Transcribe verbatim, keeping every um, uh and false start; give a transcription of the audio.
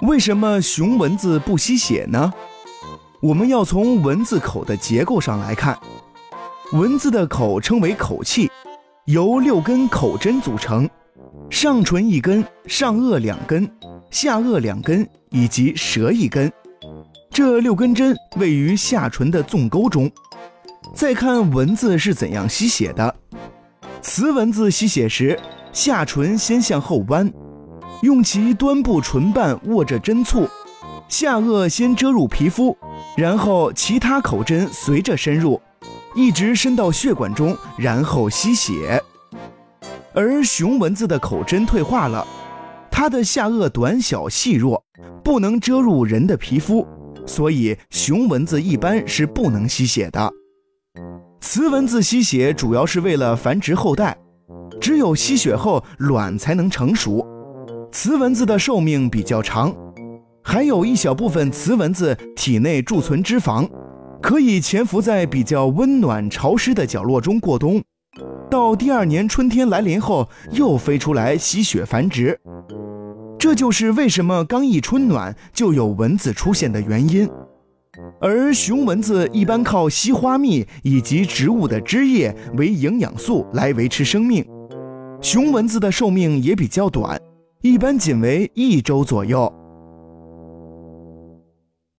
为什么雄蚊子不吸血呢？我们要从蚊子口的结构上来看。蚊子的口称为口器，由六根口针组成，上唇一根，上颚两根，下颚两根以及舌一根。这六根针位于下唇的纵沟中。再看蚊子是怎样吸血的。雌蚊子吸血时，下唇先向后弯，用其端部唇瓣握着针簇，下颚先遮入皮肤，然后其他口针随着深入，一直伸到血管中，然后吸血。而雄蚊子的口针退化了，它的下颚短小细弱，不能遮入人的皮肤，所以雄蚊子一般是不能吸血的。雌蚊子吸血主要是为了繁殖后代，只有吸血后卵才能成熟。雌蚊子的寿命比较长，还有一小部分雌蚊子体内贮存脂肪，可以潜伏在比较温暖潮湿的角落中过冬，到第二年春天来临后又飞出来吸血繁殖。这就是为什么刚一春暖就有蚊子出现的原因。而雄蚊子一般靠吸花蜜以及植物的汁液为营养素来维持生命，雄蚊子的寿命也比较短，一般仅为一周左右。